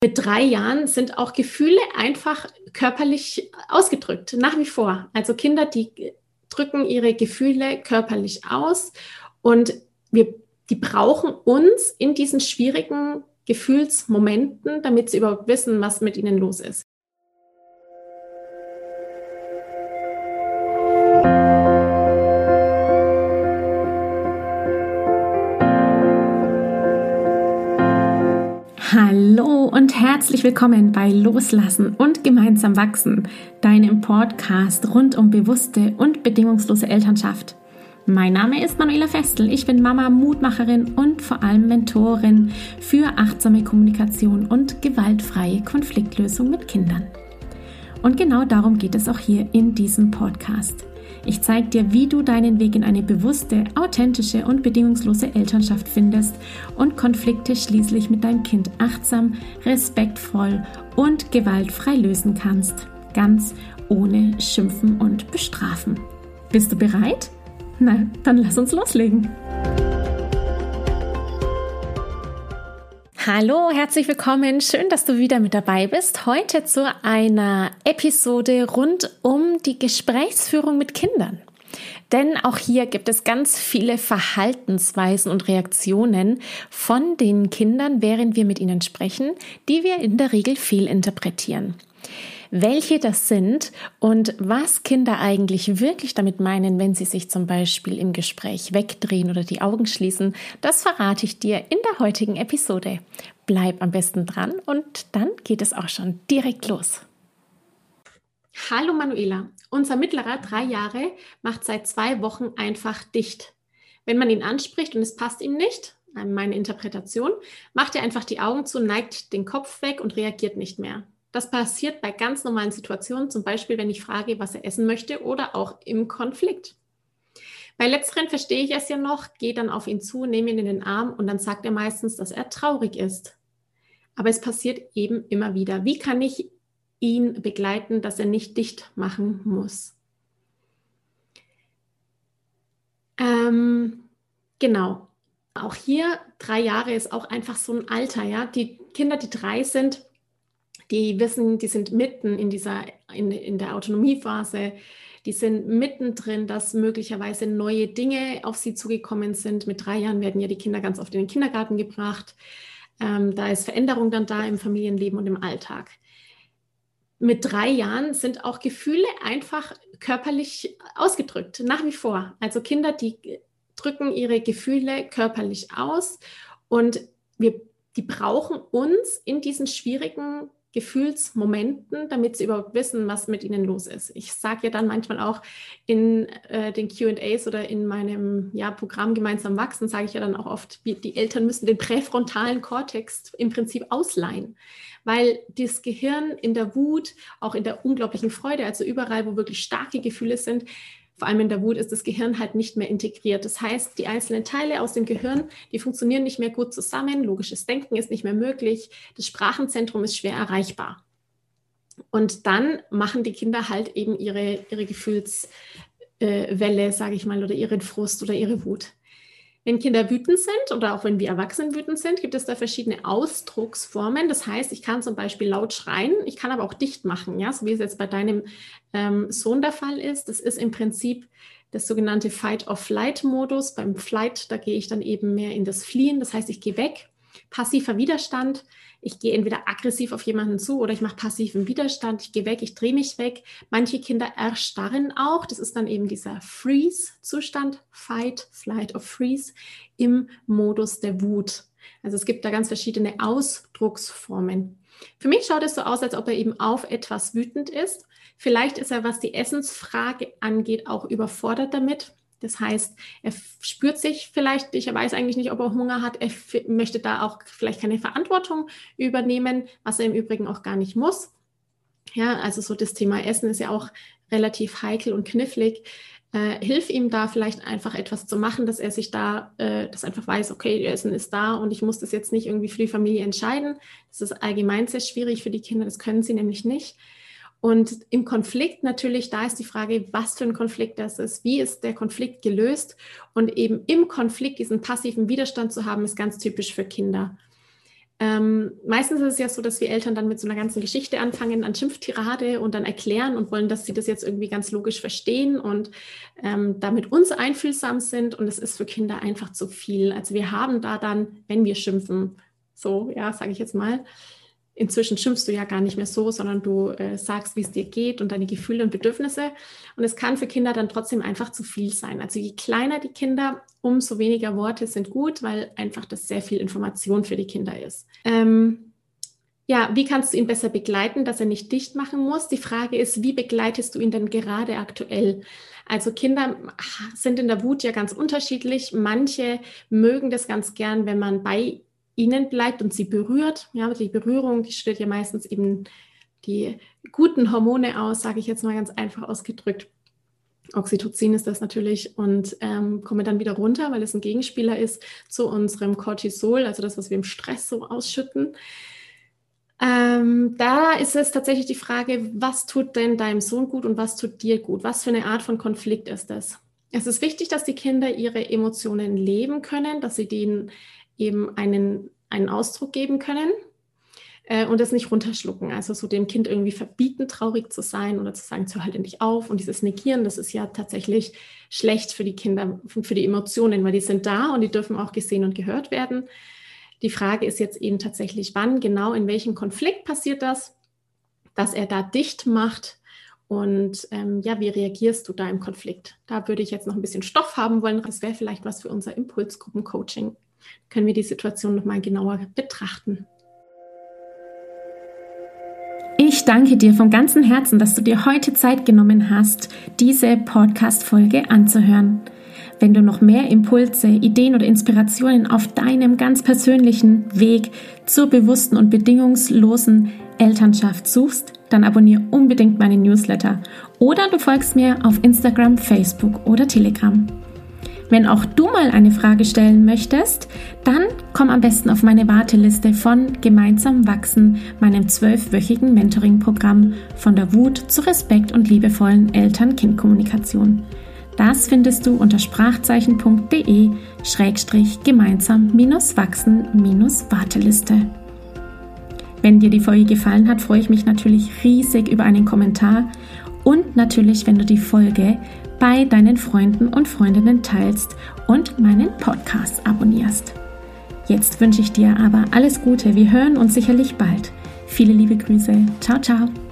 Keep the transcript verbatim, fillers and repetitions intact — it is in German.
Mit drei Jahren sind auch Gefühle einfach körperlich ausgedrückt, nach wie vor. Also Kinder, die drücken ihre Gefühle körperlich aus und wir, die brauchen uns in diesen schwierigen Gefühlsmomenten, damit sie überhaupt wissen, was mit ihnen los ist. Hallo und herzlich willkommen bei Loslassen und gemeinsam wachsen, deinem Podcast rund um bewusste und bedingungslose Elternschaft. Mein Name ist Manuela Festel, ich bin Mama, Mutmacherin und vor allem Mentorin für achtsame Kommunikation und gewaltfreie Konfliktlösung mit Kindern. Und genau darum geht es auch hier in diesem Podcast. Ich zeige dir, wie du deinen Weg in eine bewusste, authentische und bedingungslose Elternschaft findest und Konflikte schließlich mit deinem Kind achtsam, respektvoll und gewaltfrei lösen kannst. Ganz ohne Schimpfen und Bestrafen. Bist du bereit? Na, dann lass uns loslegen. Hallo, herzlich willkommen. Schön, dass du wieder mit dabei bist. Heute zu einer Episode rund um die Gesprächsführung mit Kindern. Denn auch hier gibt es ganz viele Verhaltensweisen und Reaktionen von den Kindern, während wir mit ihnen sprechen, die wir in der Regel fehlinterpretieren. Welche das sind und was Kinder eigentlich wirklich damit meinen, wenn sie sich zum Beispiel im Gespräch wegdrehen oder die Augen schließen, das verrate ich dir in der heutigen Episode. Bleib am besten dran und dann geht es auch schon direkt los. Hallo Manuela, unser Mittlerer, drei Jahre, macht seit zwei Wochen einfach dicht. Wenn man ihn anspricht und es passt ihm nicht, meine Interpretation, macht er einfach die Augen zu, neigt den Kopf weg und reagiert nicht mehr. Das passiert bei ganz normalen Situationen, zum Beispiel, wenn ich frage, was er essen möchte oder auch im Konflikt. Bei letzteren verstehe ich es ja noch, gehe dann auf ihn zu, nehme ihn in den Arm und dann sagt er meistens, dass er traurig ist. Aber es passiert eben immer wieder. Wie kann ich ihn begleiten, dass er nicht dicht machen muss? Ähm, genau. Auch hier, drei Jahre ist auch einfach so ein Alter, ja. Die Kinder, die drei sind, die wissen, die sind mitten in dieser, in, in der Autonomiephase, die sind mittendrin, dass möglicherweise neue Dinge auf sie zugekommen sind. Mit drei Jahren werden ja die Kinder ganz oft in den Kindergarten gebracht. Ähm, da ist Veränderung dann da im Familienleben und im Alltag. Mit drei Jahren sind auch Gefühle einfach körperlich ausgedrückt, nach wie vor. Also Kinder, die drücken ihre Gefühle körperlich aus und wir, die brauchen uns in diesen schwierigen Gefühlsmomenten, damit sie überhaupt wissen, was mit ihnen los ist. Ich sage ja dann manchmal auch in äh, den Q and A's oder in meinem ja, Programm Gemeinsam wachsen, sage ich ja dann auch oft, die Eltern müssen den präfrontalen Kortex im Prinzip ausleihen, weil das Gehirn in der Wut, auch in der unglaublichen Freude, also überall, wo wirklich starke Gefühle sind, vor allem in der Wut ist das Gehirn halt nicht mehr integriert. Das heißt, die einzelnen Teile aus dem Gehirn, die funktionieren nicht mehr gut zusammen. Logisches Denken ist nicht mehr möglich. Das Sprachenzentrum ist schwer erreichbar. Und dann machen die Kinder halt eben ihre, ihre Gefühlswelle, äh, sage ich mal, oder ihren Frust oder ihre Wut. Wenn Kinder wütend sind oder auch wenn wir Erwachsene wütend sind, gibt es da verschiedene Ausdrucksformen. Das heißt, ich kann zum Beispiel laut schreien, ich kann aber auch dicht machen, ja, so wie es jetzt bei deinem ähm, Sohn der Fall ist. Das ist im Prinzip das sogenannte Fight-or-Flight-Modus. Beim Flight, da gehe ich dann eben mehr in das Fliehen. Das heißt, ich gehe weg. Passiver Widerstand. Ich gehe entweder aggressiv auf jemanden zu oder ich mache passiven Widerstand. Ich gehe weg, ich drehe mich weg. Manche Kinder erstarren auch. Das ist dann eben dieser Freeze-Zustand, Fight, Flight or Freeze im Modus der Wut. Also es gibt da ganz verschiedene Ausdrucksformen. Für mich schaut es so aus, als ob er eben auf etwas wütend ist. Vielleicht ist er, was die Essensfrage angeht, auch überfordert damit. Das heißt, er spürt sich vielleicht, ich weiß eigentlich nicht, ob er Hunger hat, er f- möchte da auch vielleicht keine Verantwortung übernehmen, was er im Übrigen auch gar nicht muss. Ja, also so das Thema Essen ist ja auch relativ heikel und knifflig. Äh, hilf ihm da vielleicht einfach etwas zu machen, dass er sich da, äh, das einfach weiß, okay, Essen ist da und ich muss das jetzt nicht irgendwie für die Familie entscheiden. Das ist allgemein sehr schwierig für die Kinder, das können sie nämlich nicht. Und im Konflikt natürlich, da ist die Frage, was für ein Konflikt das ist, wie ist der Konflikt gelöst und eben im Konflikt diesen passiven Widerstand zu haben, ist ganz typisch für Kinder. Ähm, meistens ist es ja so, dass wir Eltern dann mit so einer ganzen Geschichte anfangen, an Schimpftirade und dann erklären und wollen, dass sie das jetzt irgendwie ganz logisch verstehen und ähm, damit uns einfühlsam sind. Und es ist für Kinder einfach zu viel. Also wir haben da dann, wenn wir schimpfen, so, ja, sage ich jetzt mal, inzwischen schimpfst du ja gar nicht mehr so, sondern du äh, sagst, wie es dir geht und deine Gefühle und Bedürfnisse. Und es kann für Kinder dann trotzdem einfach zu viel sein. Also je kleiner die Kinder, umso weniger Worte sind gut, weil einfach das sehr viel Information für die Kinder ist. Ähm, ja, wie kannst du ihn besser begleiten, dass er nicht dicht machen muss? Die Frage ist, wie begleitest du ihn denn gerade aktuell? Also Kinder sind in der Wut ja ganz unterschiedlich. Manche mögen das ganz gern, wenn man bei ihnen bleibt und sie berührt. Ja, die Berührung, die schüttet ja meistens eben die guten Hormone aus, sage ich jetzt mal ganz einfach ausgedrückt. Oxytocin ist das natürlich und ähm, komme dann wieder runter, weil es ein Gegenspieler ist zu unserem Cortisol, also das, was wir im Stress so ausschütten. Ähm, da ist es tatsächlich die Frage, was tut denn deinem Sohn gut und was tut dir gut? Was für eine Art von Konflikt ist das? Es ist wichtig, dass die Kinder ihre Emotionen leben können, dass sie denen eben einen, einen Ausdruck geben können äh, und das nicht runterschlucken. Also so dem Kind irgendwie verbieten, traurig zu sein oder zu sagen, hör halt endlich auf. Und dieses Negieren, das ist ja tatsächlich schlecht für die Kinder, für die Emotionen, weil die sind da und die dürfen auch gesehen und gehört werden. Die Frage ist jetzt eben tatsächlich, wann genau, in welchem Konflikt passiert das, dass er da dicht macht. Und ähm, ja, wie reagierst du da im Konflikt? Da würde ich jetzt noch ein bisschen Stoff haben wollen. Das wäre vielleicht was für unser Impulsgruppen-Coaching. Können wir die Situation noch mal genauer betrachten. Ich danke dir von ganzem Herzen, dass du dir heute Zeit genommen hast, diese Podcast-Folge anzuhören. Wenn du noch mehr Impulse, Ideen oder Inspirationen auf deinem ganz persönlichen Weg zur bewussten und bedingungslosen Elternschaft suchst, dann abonniere unbedingt meinen Newsletter oder du folgst mir auf Instagram, Facebook oder Telegram. Wenn auch du mal eine Frage stellen möchtest, dann komm am besten auf meine Warteliste von Gemeinsam wachsen, meinem zwölfwöchigen Mentoring-Programm von der Wut zu Respekt und liebevollen Eltern-Kind-Kommunikation. Das findest du unter sprachzeichen.de schrägstrich gemeinsam minus wachsen minus Warteliste. Wenn dir die Folge gefallen hat, freue ich mich natürlich riesig über einen Kommentar und natürlich, wenn du die Folge bei deinen Freunden und Freundinnen teilst und meinen Podcast abonnierst. Jetzt wünsche ich dir aber alles Gute. Wir hören uns sicherlich bald. Viele liebe Grüße. Ciao, ciao.